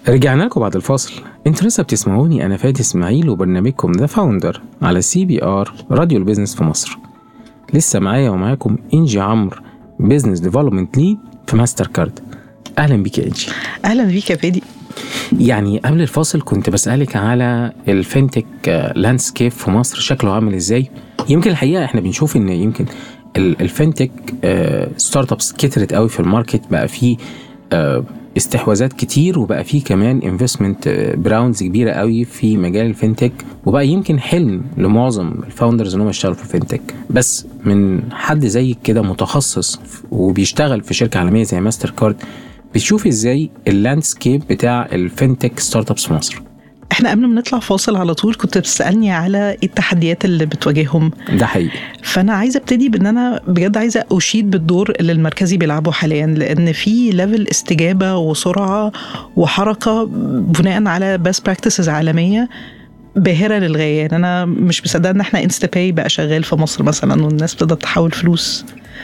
رجعنا لكم بعد الفاصل. انتوا لسه بتسمعوني، انا فادي اسماعيل وبرنامجكم ذا فاوندر على CBR راديو البيزنس في مصر. لسه معايا ومعاكم انجي عمرو، بيزنس ديفلوبمنت ليد في ماستر كارد. اهلا بيك يا انجي. اهلا بيك يا فادي. يعني قبل الفاصل كنت بسألك على الفينتك لاندسكيب في مصر شكله عامل ازاي. يمكن الحقيقة احنا بنشوف ان يمكن الفينتك ستارت ابس كترت قوي في الماركت، بقى فيه استحواذات كتير، وبقى فيه كمان انفستمنت براوندز كبيرة قوي في مجال الفينتك، وبقى يمكن حلم لمعظم الفاوندرز انهم يشتغلوا في الفينتك. بس من حد زي كده متخصص وبيشتغل في شركة عالمية زي ماستر كارد، بتشوف ازاي اللاندسكيب بتاع الفينتك ستارت ابس في مصر؟ احنا قبل ما نطلع فاصل على طول كنت بتسألني على التحديات اللي بتواجههم. ده حقيقي. فانا عايزه ابتدي بان انا بجد عايزه اشيد بالدور اللي المركزي بيلعبه حاليا، لان في ليفل استجابه وسرعه وحركه بناء على بيست براكتسز عالميه باهره للغايه. يعني انا مش مصدقه ان احنا انستا باي بقى شغال في مصر مثلا، والناس بتقدر تحول فلوس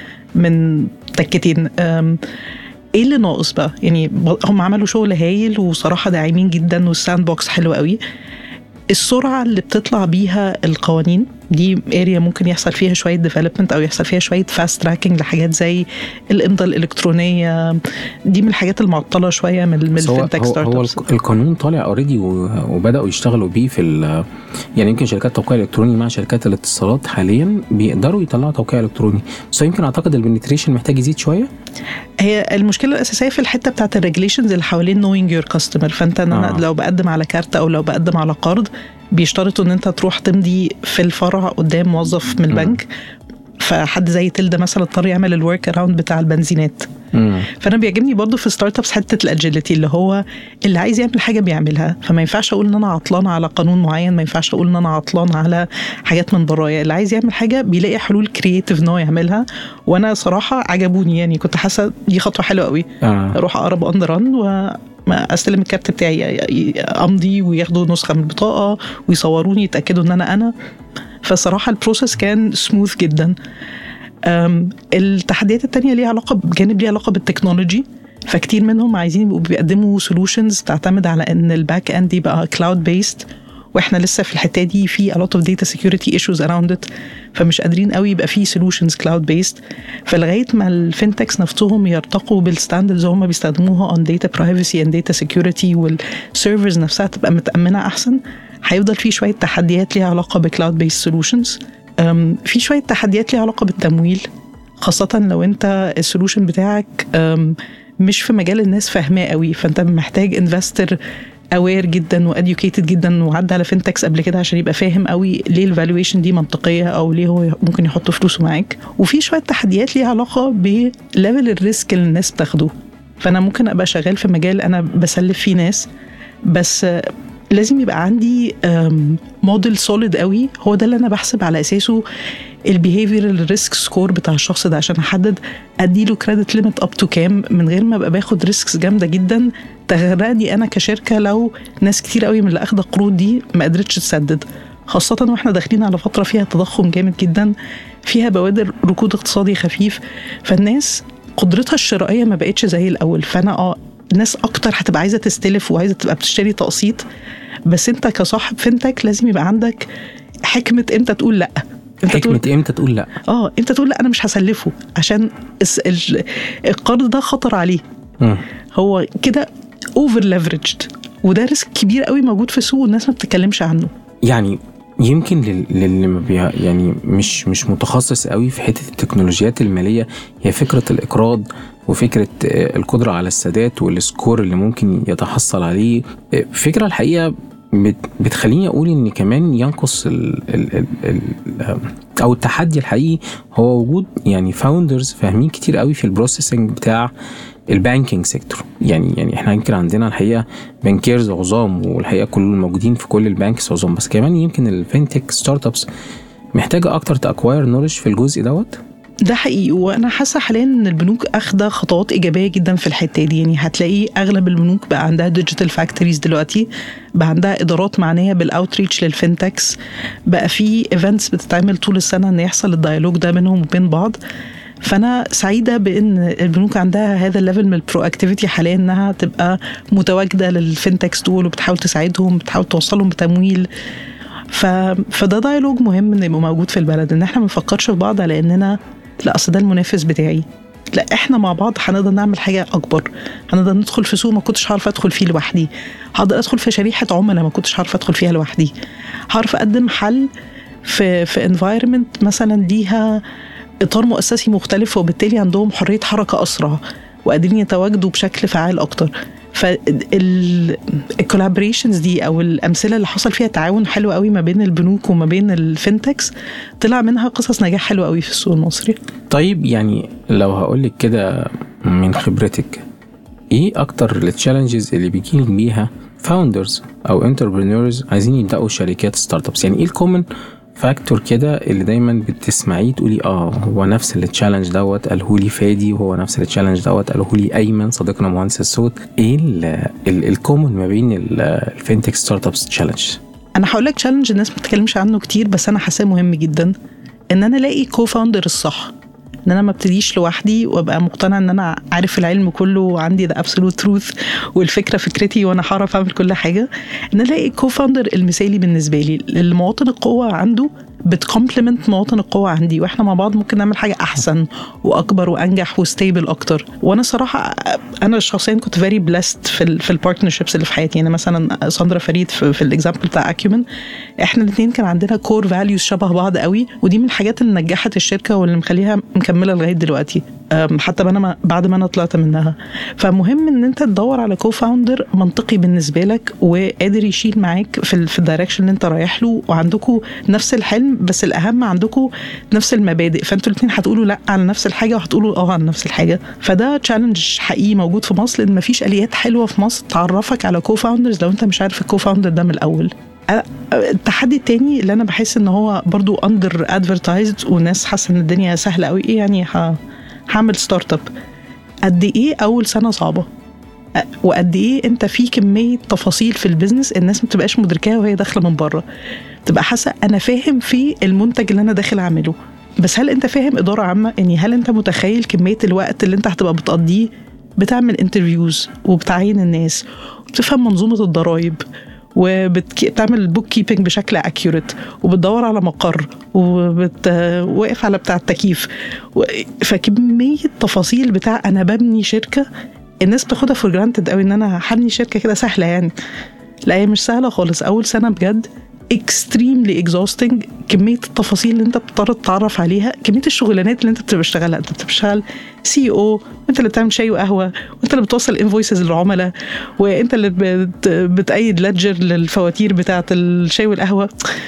من تكتين. ايه اللي ناقص بقى؟ يعني هم عملوا شغل هايل وصراحة داعمين جدا، والساند بوكس حلو قوي. السرعة اللي بتطلع بيها القوانين دي اريا ممكن يحصل فيها شوية ديفلوبمنت، او يحصل فيها شوية فاست تراكنج لحاجات زي الامضاء الالكترونية. دي من الحاجات المعطلة شوية من الفينتك ستارت ابس. هو القانون طالع اوريدي وبداوا يشتغلوا بيه في يعني يمكن شركات التوقيع الالكتروني مع شركات الاتصالات حاليا بيقدروا يطلعوا توقيع الكتروني، بس يمكن اعتقد البنتريشن محتاج يزيد شوية. هي المشكله الاساسيه في الحته بتاعه الريجليشنز اللي حوالين نوينج يور كاستمر. فانت أنا لو بقدم على كارت او لو بقدم على قرض، بيشترطوا ان انت تروح تمضي في الفرع قدام موظف من البنك. فحد زي تلدا مثلا اضطر يعمل الورك اراوند بتاع البنزينات. فانا بيعجبني برضو في ستارت ابس حته الاجيليتي، اللي هو اللي عايز يعمل حاجه بيعملها. فما ينفعش اقول ان انا عطلان على قانون معين، ما ينفعش اقول ان انا عطلان على حاجات من برايا. اللي عايز يعمل حاجه بيلاقي حلول كرييتيف ان هو يعملها. وانا صراحه عجبوني، يعني كنت حاسه دي خطوه حلوه قوي. اروح اقرب اندران وما استلم الكارت بتاعي، امضي وياخدوا نسخه من البطاقه ويصوروني يتاكدوا ان انا. فصراحه البروسيس كان سموث جدا. التحديات التانية ليها علاقة بجانب ليها علاقة بالتكنولوجي. فكتير منهم عايزين بيقدموا سولوشنز تعتمد على ان الباك اند يبقى كلاود بيست، واحنا لسه في الحته دي في a lot of data security issues around it. فمش قادرين قوي يبقى في solutions cloud based. فلغايه ما الفينتكس نفسهم يرتقوا بالستاندردز هم بيستخدموها on data privacy and data security، والسيرفرز نفسها تبقى متأمنة احسن، هيفضل في شويه تحديات ليها علاقه بكلاود based solutions. في شويه تحديات ليها علاقه بالتمويل، خاصه لو انت السولوشن بتاعك مش في مجال الناس فاهماه قوي. فانت محتاج انفستر اوير جدا واديوكيتد جدا وعدى على فينتكس قبل كده عشان يبقى فاهم قوي ليه الفالويشن دي منطقيه، او ليه هو ممكن يحط فلوسه معاك. وفي شويه تحديات ليها علاقه بليفل الريسك اللي الناس بتاخده. فانا ممكن ابقى شغال في مجال انا بسلف فيه ناس، بس لازم يبقى عندي موديل سوليد قوي، هو ده اللي انا بحسب على اساسه البيهيفيرال ريسك سكور بتاع الشخص ده، عشان احدد اديله كريدت ليميت اب تو كام، من غير ما ابقى باخد ريسكس جامده جدا تغرقني انا كشركه لو ناس كتير قوي من اللي اخده قروض دي ما قدرتش تسدد. خاصه واحنا داخلين على فتره فيها تضخم جامد جدا، فيها بوادر ركود اقتصادي خفيف، فالناس قدرتها الشرائيه ما بقتش زي الاول. فانا الناس اكتر هتبقى عايزه تستلف وعايزه تبقى بتشتري تقسيط، بس انت كصاحب فينتك لازم يبقى عندك حكمه امتى تقول لا. امتى تقول لا. امتى تقول لا، انا مش هسلفه عشان القرض ده خطر عليه. هو كده اوفر ليفرجد، وده ريسك كبير قوي موجود في السوق والناس ما بتتكلمش عنه. يعني يمكن للي يعني مش متخصص قوي في حته التكنولوجيات الماليه، هي فكره الاقراض وفكره القدره على السداد والسكور اللي ممكن يتحصل عليه. فكره الحقيقه بتخليني اقول ان كمان ينقص او التحدي الحقيقي هو وجود يعني فاوندرز فاهمين كتير قوي في البروسيسنج بتاع البانكينج سيكتور. يعني احنا يمكن عندنا الحقيقه بانكيرز عظام، والحقيقه كلهم موجودين في كل البانكس عظام، بس كمان يمكن الفينتك ستارت ابس محتاجه اكتر تاكواير نولج في الجزء دوت. ده حقيقي، وانا حاسه حاليا ان البنوك اخده خطوات ايجابيه جدا في الحته دي. يعني هتلاقي اغلب البنوك بقى عندها ديجيتال فاكتوريز دلوقتي، بقى عندها ادارات معنيه بالاوتريتش للفينتكس، بقى في ايفنتس بتتعمل طول السنه ان يحصل الديالوج ده بينهم وبين بعض. فانا سعيده بان البنوك عندها هذا الليفل من البرو اكتيفيتي حاليا، انها تبقى متواجده للفينتكس دول وبتحاول تساعدهم، بتحاول توصلهم بتمويل. فده دايلوج مهم انه يبقى موجود في البلد، ان احنا ما نفكرش في بعض على اننا لا اصل ده المنافس بتاعي، لا احنا مع بعض هنقدر نعمل حاجه اكبر، هنقدر ندخل في سوق ما كنتش عارفه ادخل فيه لوحدي، هقدر ادخل في شريحه عملاء ما كنتش عارفه ادخل فيها لوحدي، هعرف اقدم حل في environment مثلا ليها اطار مؤسسي مختلف، وبالتالي عندهم حريه حركه اسرع وقادرين يتواجدوا بشكل فعال اكتر. فالكولابريشنز دي او الامثله اللي حصل فيها تعاون حلو قوي ما بين البنوك وما بين الفينتكس، طلع منها قصص نجاح حلوه قوي في السوق المصري. طيب يعني لو هقولك كده من خبرتك، ايه اكتر التشالنجز اللي بيجيلك بيها فاوندرز او انتربرينورز عايزين يبداوا شركات ستارت ابس؟ يعني ايه الكومن فاكتور كده اللي دايما بتسمعيه تقولي هو نفس التشالنج دوت قاله لي فادي، وهو نفس التشالنج دوت قاله لي ايمن صديقنا مهندس الصوت؟ ايه الكومن ما بين الفينتك ستارت ابس تشالنج؟ انا هقول لك تشالنج الناس ما بتتكلمش عنه كتير بس انا حاساه مهم جدا، ان انا الاقي كوفاوندر الصح، ان انا ما ابتديش لوحدي وابقى مقتنع ان انا عارف العلم كله وعندي ده ابسولوت تروث والفكره فكرتي وانا هعرف اعمل كل حاجه. ان الاقي كوفاوندر المثالي بالنسبه لي، اللي مواطن القوه عنده بتكومبلمنت مواطن القوه عندي، واحنا مع بعض ممكن نعمل حاجه احسن واكبر وانجح وستيبل اكتر. وانا صراحه انا شخصيا كنت فيري بلست في البارتنرشيبس اللي في حياتي. يعني مثلا ساندرا فريد في الاكزامبل بتاع اكيومن، احنا الاثنين كان عندنا كور فاليوز شبه بعض قوي، ودي من الحاجات اللي نجحت الشركه واللي مخليها مكمله لغايه دلوقتي حتى بعد ما انا طلعت منها. فمهم ان انت تدور على كوفاوندر منطقي بالنسبه لك وقادر يشيل معاك في الدايركشن اللي انت رايح له، وعندكم نفس الحلم، بس الاهم عندكم نفس المبادئ، فانتوا الاثنين هتقولوا لا على نفس الحاجه وهتقولوا على نفس الحاجه. فده تشالنج حقيقي موجود في مصر، لان مفيش اليات حلوه في مصر تعرفك على كوفاوندرز لو انت مش عارف الكوفاوندر ده من الاول. التحدي التاني اللي انا بحس ان هو برضو اندر ادفرتايزد والناس حاسه ان الدنيا سهله قوي، ايه يعني هعمل ستارت اب، قد ايه اول سنه صعبه، وقد ايه انت في كميه تفاصيل في البيزنس الناس ما بتبقاش مدركاها وهي داخله من بره. تبقى حاسه انا فاهم في المنتج اللي انا داخل اعمله، بس هل انت فاهم اداره عامه؟ يعني هل انت متخيل كميه الوقت اللي انت هتبقى بتقضيه بتعمل انترفيوز وبتعين الناس وبتفهم منظومه الضرائب وبتعمل البوك كيبنج بشكل اكيوريت وبتدور على مقر وواقف على بتاع التكييف، فكميه تفاصيل بتاع انا ببني شركه الناس بتاخدها فور جرانتد قوي، ان انا هبني شركه كده سهله. يعني لا، هي مش سهله خالص. اول سنه بجد extremely exhausting، كميه التفاصيل اللي انت بتضطر تتعرف عليها، كميه الشغلانات اللي انت بتشتغلها. انت بتشتغل CEO، وانت اللي بتعمل شاي وقهوه، وانت اللي بتوصل انفويسز للعملاء، وانت اللي بتأيد ليدجر للفواتير بتاعه الشاي والقهوه.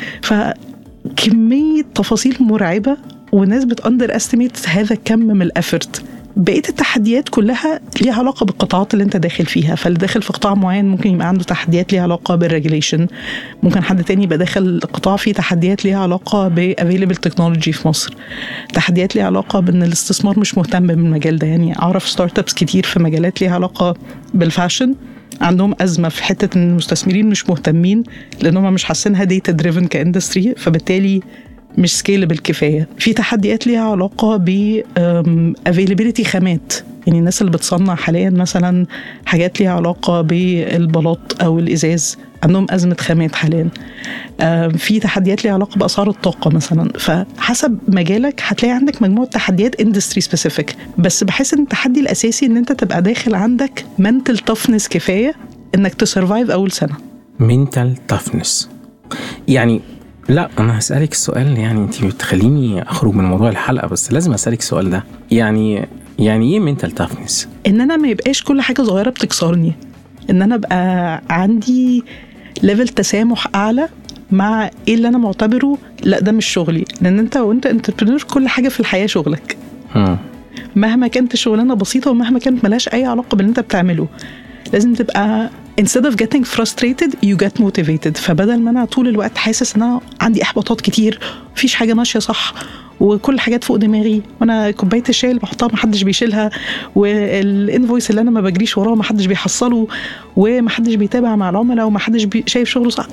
فكميه تفاصيل مرعبه، والناس بتأندر استيميت هذا الكم من الافورت. بقية التحديات كلها ليها علاقة بالقطاعات اللي انت داخل فيها. فاللي داخل في قطاع معين ممكن يبقى عنده تحديات ليها علاقة بالريجوليشن، ممكن حد تاني يبقى داخل قطاع فيه تحديات ليها علاقة بافيلبل تكنولوجي في مصر، تحديات ليها علاقة بان الاستثمار مش مهتم بالمجال ده. يعني اعرف ستارت ابس كتير في مجالات ليها علاقة بالفاشن عندهم أزمة في حتة ان المستثمرين مش مهتمين لانهم مش حاسينها ديتا دريفن كاندستري، فبالتالي مش سكيلبل كفايه. في تحديات ليها علاقه ب availability خامات، يعني الناس اللي بتصنع حاليا مثلا حاجات ليها علاقه بالبلاط او الازاز عندهم ازمه خامات حاليا. في تحديات ليها علاقه باسعار الطاقه مثلا. فحسب مجالك هتلاقي عندك مجموعه تحديات اندستري سبيسيفيك، بس بحس ان التحدي الاساسي ان انت تبقى داخل عندك mental toughness كفايه انك تسرفايف اول سنه. mental toughness يعني لا، انا هسألك السؤال، يعني انت بتخليني اخرج من موضوع الحلقة، بس لازم اسألك السؤال ده. يعني ايه mental toughness؟ ان انا ما يبقاش كل حاجة صغيرة بتكسرني، ان انا ابقى عندي ليفل تسامح اعلى مع ايه اللي انا معتبره لا ده مش شغلي. لان وانت انتربرينور كل حاجة في الحياة شغلك، مهما كانت الشغلانة بسيطة ومهما كانت ملاش اي علاقة باللي انت بتعمله. لازم تبقى instead of getting frustrated you get motivated. فبدل ما انا طول الوقت حاسس ان انا عندي احباطات كتير، مفيش حاجه ماشيه صح، وكل حاجات فوق دماغي، وانا كوبايه الشاي اللي بحطها محدش بيشيلها، والانفويس اللي انا ما بجريش وراه محدش بيحصله، ومحدش بيتابع مع العملاء، ومحدش شايف شغله صح،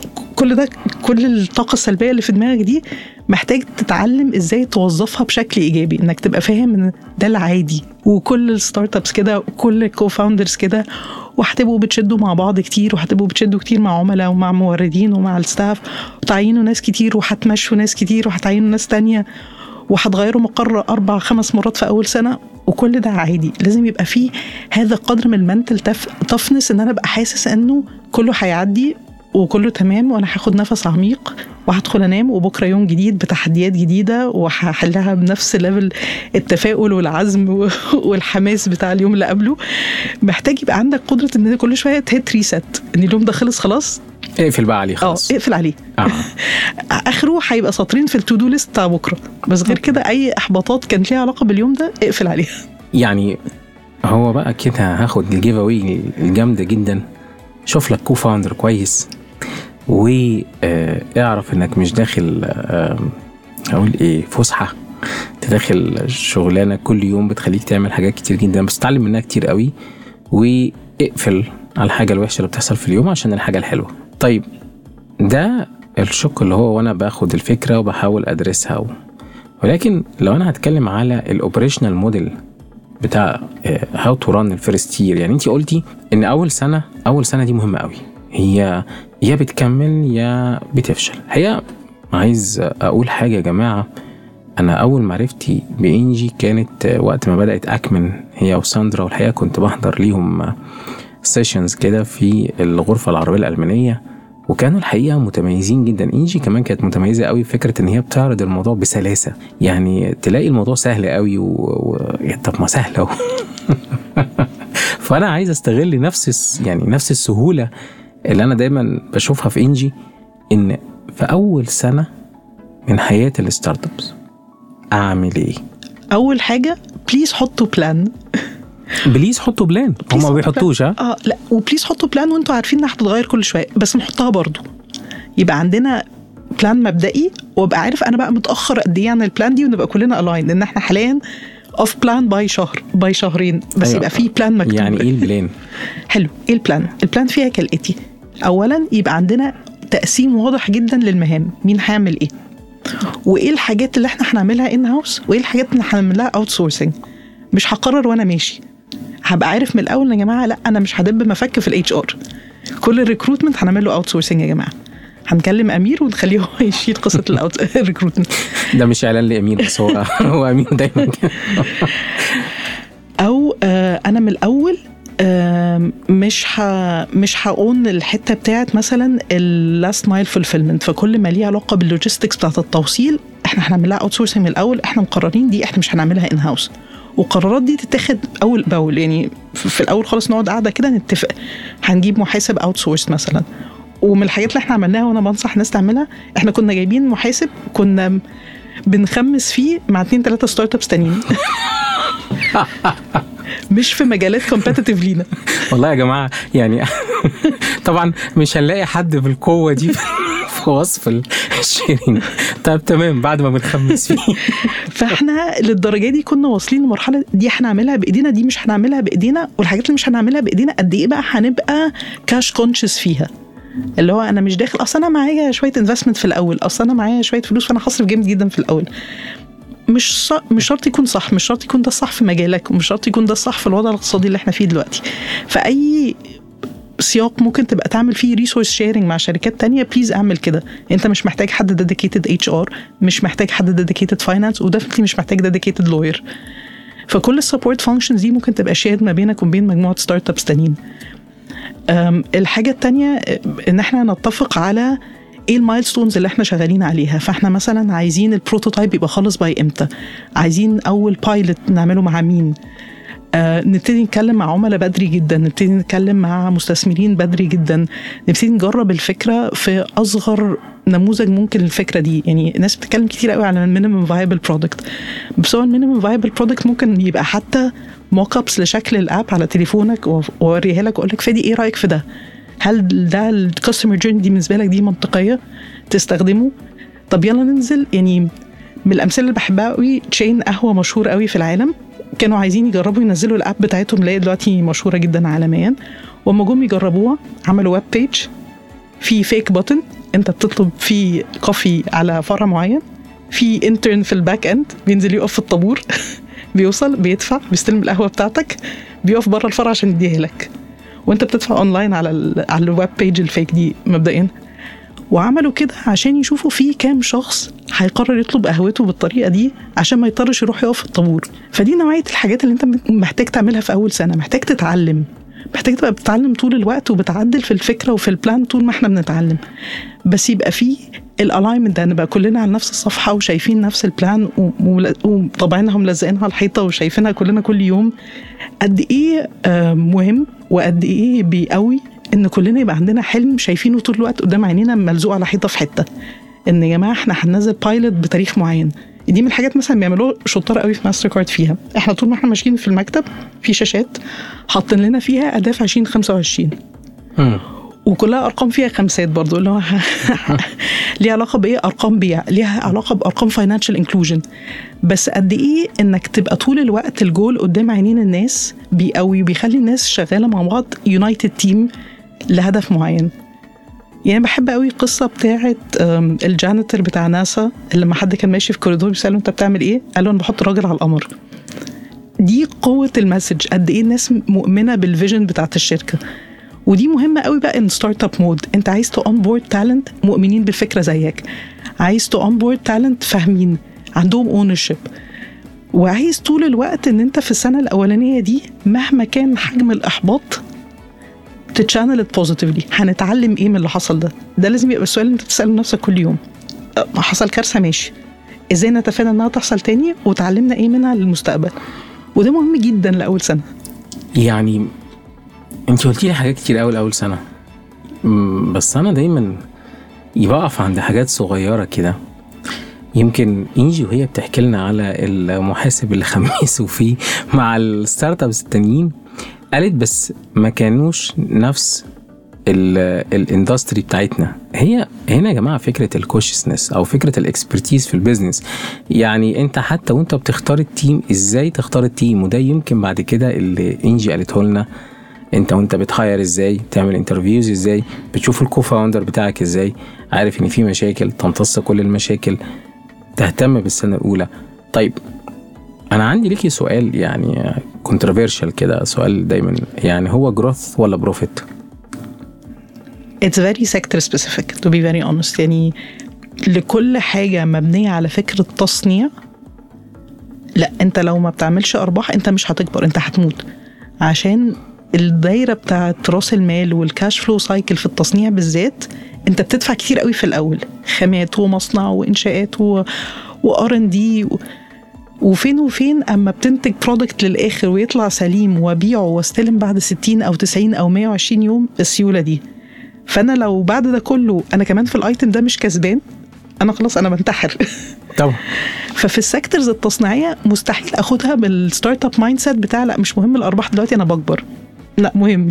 كل ده، كل الطاقة السلبية اللي في دماغك دي محتاج تتعلم ازاي توظفها بشكل ايجابي، انك تبقى فاهم ان ده العادي، وكل الستارت ابس كده وكل الكوفاوندرز كده، وهتبقوا بتشدوا مع بعض كتير، وهتبقوا بتشدوا كتير مع عملاء ومع موردين ومع الستاف، وتعينوا ناس كتير وهتمشوا ناس كتير وهتعينوا ناس تانية، وهتغيروا مقر 4-5 مرات في أول سنة، وكل ده عادي. لازم يبقى فيه هذا قدر من المنتل تفنس، ان انا ابقى حاسس انه كله هيعدي وكله تمام، وانا هاخد نفس عميق وهدخل انام، وبكره يوم جديد بتحديات جديده وهحلها بنفس ليفل التفاؤل والعزم والحماس بتاع اليوم اللي قبله. محتاج يبقى عندك قدره ان كل شويه تهت ريست، ان اليوم ده خلص خلاص اقفل بقى عليه خلاص. اقفل عليه. اخره هيبقى سطرين في التو دو ليست بتاع بكره، بس غير كده اي احباطات كانت ليها علاقه باليوم ده اقفل عليها. يعني هو بقى كده هاخد الجيف اواي الجامده جدا. شوف لك كوفاوندر كويس، واعرف انك مش داخل اقول ايه فسحه، تداخل شغلانه كل يوم بتخليك تعمل حاجات كتير جدا بس تتعلم منها كتير قوي، واقفل على الحاجه الوحشه اللي بتحصل في اليوم عشان الحاجه الحلوه. طيب ده الشق اللي هو وانا باخد الفكره وبحاول ادرسها ولكن لو انا هتكلم على الاوبريشنال موديل بتاع هاو تو ران الفيرست يير، يعني انتي قلتي ان اول سنه دي مهمه قوي، هي يا بتكمل يا بتفشل. هي عايز اقول حاجه يا جماعه، انا اول معرفتي بانجي كانت وقت ما بدات اكمن هي وساندرا، والحقيقه كنت بحضر ليهم سيشنز كده في الغرفه العربيه الالمانيه، وكانوا الحقيقه متميزين جدا. انجي كمان كانت متميزه قوي فكره ان هي بتعرض الموضوع بسلاسه، يعني تلاقي الموضوع سهل قوي طب ما سهله فانا عايز استغل نفس السهوله اللي انا دايما بشوفها في انجي، ان في اول سنه من حياه الستارت ابس اعمل ايه؟ اول حاجه بليز حطوا بلان. بليز حطوا بلان. هم ما بيحطوش. لا، وبليز حطوا بلان وانتوا عارفين انها هتتغير كل شويه، بس نحطها برضو. يبقى عندنا بلان مبدئي، وابقى عارف انا بقى متاخر قد ايه عن البلان دي، ونبقى كلنا الاين، لان احنا حاليا اوف بلان باي شهر باي شهرين، بس أيوة. يبقى في بلان مكتوب. يعني ايه البلان؟ حلو. ايه البلان؟ البلان فيها كالاتي: اولا يبقى عندنا تقسيم واضح جدا للمهام، مين هيعمل ايه، وايه الحاجات اللي احنا هنعملها ان هاوس، وايه الحاجات اللي هنعملها اوت سورسنج. مش هقرر وانا ماشي، هبقى عارف من الاول يا جماعه لا انا مش هدب مفك في الاتش ار، كل الريكروتمنت هنعمل له اوت سورسنج يا جماعه، هنكلم امير ونخليه هو يشيل قصه الريكروتمنت. ده مش اعلان لامير بس هو امير دايما او انا من الاول مش هقون الحته بتاعت مثلا اللاست مايل فولفيلمنت، فكل ما ليه علاقه باللوجيستكس بتاعت التوصيل احنا هنعملها اوت سورسنج من الاول، احنا مقررين دي، احنا مش هنعملها ان هاوس. والقرارات دي تتاخد اول باول، يعني في الاول خالص نقعد قاعده كده نتفق هنجيب محاسب اوت سورس مثلا. ومن الحاجات اللي احنا عملناها وانا بنصح الناس تعملها، احنا كنا جايبين محاسب كنا بنخمس فيه مع 2-3 ستارت ابس تانيين مش في مجالات كومبيتيتيف لينا. والله يا جماعه يعني طبعا مش هنلاقي حد بالقوه دي في وصف الشيرين. طيب تمام، بعد ما بنخمس فيه فاحنا للدرجه دي كنا واصلين لمرحله دي احنا هنعملها بايدينا، دي مش هنعملها بايدينا، والحاجات اللي مش هنعملها بايدينا قد ايه بقى هنبقى كاش كونشس فيها، اللي هو انا مش داخل اصلا انا معايا شويه انفستمنت في الاول، اصلا انا معايا شويه فلوس فانا هصرف جامد جدا في الاول. مش شرط يكون صح، مش شرط يكون ده الصح في مجالك، ومش شرط يكون ده الصح في الوضع الاقتصادي اللي احنا فيه دلوقتي. فاي سياق ممكن تبقى تعمل فيه ريسورس شيرنج مع شركات تانية، بليز اعمل كده. انت مش محتاج حد ديديكيتد اتش ار، مش محتاج حد ديديكيتد فاينانس، وديفنتلي مش محتاج ديديكيتد لوير. فكل السبورت فانكشنز دي ممكن تبقى شيرد ما بينك وبين مجموعه ستارت ابس تانيين. الحاجه التانية ان احنا نتفق على ايه المايلستونز اللي احنا شغالين عليها. فاحنا مثلا عايزين البروتوتايب يبقى خالص باي امتى، عايزين اول بايلوت نعمله مع مين، نبتدي نتكلم مع عملاء بدري جدا، نبتدي نتكلم مع مستثمرين بدري جدا، نبتدي نجرب الفكره في اصغر نموذج ممكن الفكره دي. يعني الناس بتتكلم كتير قوي على المينيمم فايبل برودكت، بس هو المينيمم فايبل برودكت ممكن يبقى حتى موك ابس لشكل الاب على تليفونك واوريها لك واقول لك فادي ايه رايك في ده، هل ده الكاستمر جيرني دي بالنسبه لك دي منطقيه تستخدمه؟ طب يلا ننزل. يعني من الامثله اللي بحبها قوي تشين قهوه مشهور قوي في العالم، كانوا عايزين يجربوا ينزلوا الاب بتاعتهم اللي هي دلوقتي مشهوره جدا عالميا، وما جم يجربوها عملوا ويب بيج في فيك بutton انت بتطلب فيه كوفي على فرع معين، في انترن في الباك اند بينزل يقف في الطابور بيوصل بيدفع بيستلم القهوه بتاعتك بيقف بره الفرع عشان يديها لك، وانت بتدفع اونلاين على الويب بيج الفيك دي مبدئيا. وعملوا كده عشان يشوفوا فيه كام شخص هيقرر يطلب قهوته بالطريقه دي عشان ما يضطرش يروح يقف في الطابور. فدي نوعيه الحاجات اللي انت محتاج تعملها في اول سنه، محتاج تتعلم، محتاج تبقى بتتعلم طول الوقت وبتعدل في الفكره وفي البلان طول ما احنا بنتعلم، بس يبقى فيه الالاينمنت ده، نبقى كلنا على نفس الصفحه وشايفين نفس البلان وطبعا ملزقينها على الحيطه وشايفينها كلنا كل يوم. قد ايه مهم وقد ايه بيقوي ان كلنا يبقى عندنا حلم شايفينه طول الوقت قدام عينينا ملزوق على حيطه في حته، ان يا جماعه احنا هننزل بايلوت بتاريخ معين. دي من الحاجات مثلا بيعملوه شطار قوي في ماستر كارد فيها. احنا طول ما احنا ماشيين في المكتب في شاشات حاطين لنا فيها اهداف 2025 وكلها ارقام فيها خمسات برضو، اللي هو ليها علاقه بايه؟ ارقام بيع، ليها علاقه بارقام فاينانشال انكلوجن. بس قد ايه انك تبقى طول الوقت الجول قدام عينين الناس بيقوي وبيخلي الناس شغاله مع بعض يونايتد تيم لهدف معين. يعني بحب قوي قصه بتاعه الجانيتور بتاع ناسا اللي لما حد كان ماشي في كوريدور بيساله انت بتعمل ايه، قال له انا بحط راجل على القمر. دي قوه المسج، قد ايه الناس مؤمنه بالفيجن بتاعه الشركه. ودي مهمه قوي بقى ان ستارت اب مود. انت عايز تو اون بورد تالنت مؤمنين بالفكره زيك، عايز تو اون بورد تالنت فاهمين عندهم اونرشيب، وعايز طول الوقت ان انت في السنه الاولانيه دي مهما كان حجم الاحباط تتشانلت بوزيتيفلي. هنتعلم ايه من اللي حصل ده؟ ده لازم يبقى السؤال اللي انت تساله نفسك كل يوم. حصل كارثه ماشي، ازاي نتفادى انها تحصل تاني وتعلمنا ايه منها للمستقبل؟ وده مهم جدا لاول سنه. يعني انت قلتي لي حاجات كتير قوي لاول سنه، بس انا دايما يبقف عند حاجات صغيره كده. يمكن انجي وهي بتحكي لنا على المحاسب اللي خمسوا فيه مع الستارت ابس التانيين، قالت بس ما كانوش نفس الاندستري بتاعتنا. هي هنا يا جماعه فكره الكوشسنس او فكره الاكسبرتيز في البيزنس. يعني انت حتى وانت بتختار التيم ازاي تختار التيم، وده يمكن بعد كده اللي انجي قالته لنا. انت وانت بتخير ازاي، تعمل انترفيوز ازاي، بتشوف الكوفاوندر بتاعك ازاي، عارف ان في مشاكل تمتص كل المشاكل، تهتم بالسنه الاولى. طيب انا عندي ليكي سؤال يعني كونتروفيرشال كده، سؤال دايما، يعني هو جروث ولا بروفيت؟ It's very sector specific to be very honest. يعني لكل حاجة مبنية على فكرة تصنيع، لا انت لو ما بتعملش ارباح انت مش هتكبر، انت هتموت. عشان الدايرة بتاعت راس المال والكاش فلو سايكل في التصنيع بالذات انت بتدفع كتير قوي في الاول، خامات ومصنع وانشاءات و R&D وفين وفين اما بتنتج برودكت للاخر ويطلع سليم وبيعه واستلم بعد 60 او 90 او 120 يوم بالسيولة دي. فانا لو بعد ده كله انا كمان في الايتم ده مش كسبان، انا خلاص انا بنتحر. طبعا. ففي السيكتورز التصنيعيه مستحيل اخدها بالستارت اب مايند سيت بتاع لا مش مهم الارباح دلوقتي انا بكبر، لا مهم.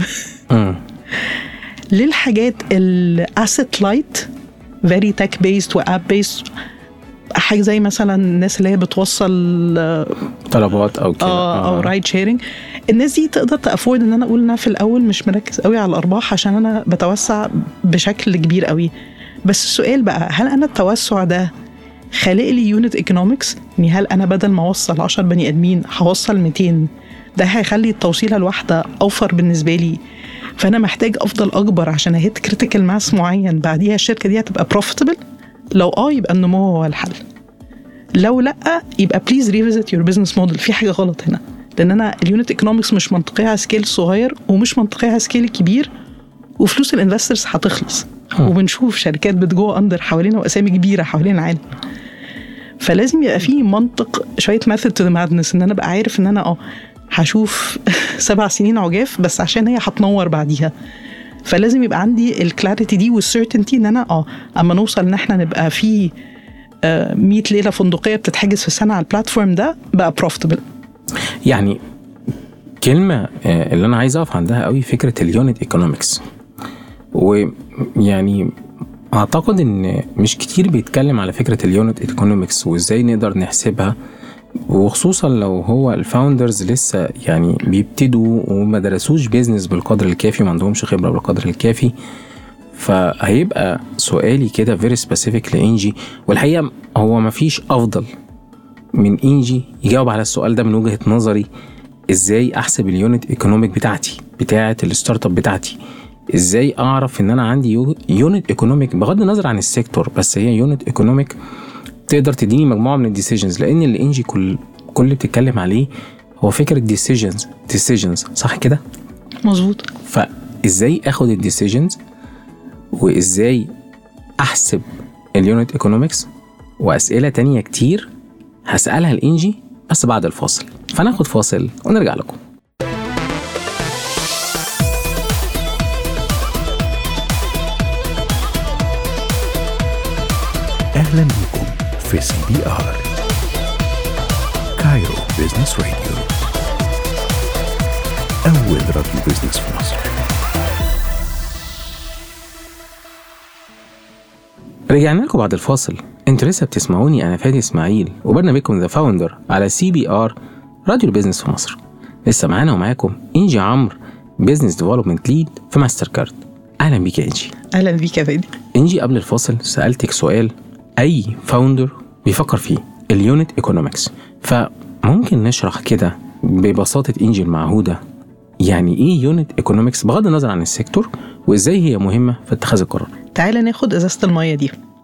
للحاجات الاسيت لايت فيري تك بيست واب بيست، حاجه زي مثلا الناس اللي هي بتوصل طلبات او كده او رايد شيرنج، الناس دي تقدر تافورد ان انا اقول انا في الاول مش مركز قوي على الارباح عشان انا بتوسع بشكل كبير قوي. بس السؤال بقى، هل انا التوسع ده خالق لي يونت ايكونومكس؟ يعني هل انا بدل ما اوصل 10 بني ادمين هوصل 200؟ ده هيخلي التوصيله الواحده اوفر بالنسبه لي، فانا محتاج افضل اكبر عشان اهيت كريتيكال ماس معين بعديها الشركه دي هتبقى بروفيتبل. لو يبقى النمو هو الحل، لو لا يبقى بليز ريفيزيت يور بزنس موديل. في حاجه غلط هنا، لان انا اليونت ايكونومكس مش منطقيه على سكيل صغير ومش منطقيه على سكيل كبير، وفلوس الانفسترز هتخلص. وبنشوف شركات بتجو اندر حوالينا واسامي كبيره حوالين العالم. فلازم يبقى في منطق شويه ميثود تو ذا مادنس، ان انا ابقى عارف ان انا هشوف 7 سنين عجاف بس عشان هي هتنور بعديها. فلازم يبقى عندي الكلاريتي دي والسيرتينتي ان انا اما نوصل ان احنا نبقى في 100 ليله فندقيه بتتحجز في السنه على البلاتفورم ده بقى بروفيتبل. يعني كلمه اللي انا عايز اقف عندها قوي فكره اليونت ايكونومكس. ويعني اعتقد ان مش كتير بيتكلم على فكره اليونت ايكونومكس وازاي نقدر نحسبها، وخصوصا لو هو الفاوندرز لسه يعني بيبتدوا وما درسوش بيزنس بالقدر الكافي، ما عندهمش خبره بالقدر الكافي. فهيبقى سؤالي كده very specific لإنجي، والحقيقة هو مفيش أفضل من إنجي يجاوب على السؤال ده من وجهة نظري. إزاي أحسب اليونت ايكونوميك بتاعة الستارت اب بتاعتي؟ إزاي أعرف إن أنا عندي يونت ايكونوميك بغض النظر عن السيكتور، بس هي يونت ايكونوميك تقدر تديني مجموعة من الديسيجنز، لأن اللي إنجي كل اللي بتتكلم عليه هو فكرة ديسيجنز، صح كده؟ مظبوط. فإزاي أخد الديسيجنز وإزاي أحسب اليونت ايكونومكس وأسئلة تانية كتير هسألها لإنجي بس بعد الفاصل. فناخد فاصل ونرجع لكم. أهلا بكم في CBR كايرو بيزنس راديو، أول راديو بيزنس في مصر. رجعنا لكم بعد الفاصل. انتوا لسه بتسمعوني، أنا فادي إسماعيل، وبرنامجكم ذا فاوندر على CBR راديو البيزنس في مصر. لسه معانا ومعاكم إنجي عمرو، بيزنس ديفلوبمنت ليد في ماستر كارد. أهلا بيك يا إنجي. أهلا بيك يا فادي. إنجي، قبل الفاصل سألتك سؤال أي فاوندر بيفكر فيه، اليونت ايكونومكس. فممكن نشرح كده ببساطة إنجي المعهودة يعني إيه يونت ايكونومكس بغض النظر عن السيكتور، وإزاي هي مهمة في اتخاذ القرار؟ تعالى ناخد إزازة المية دي.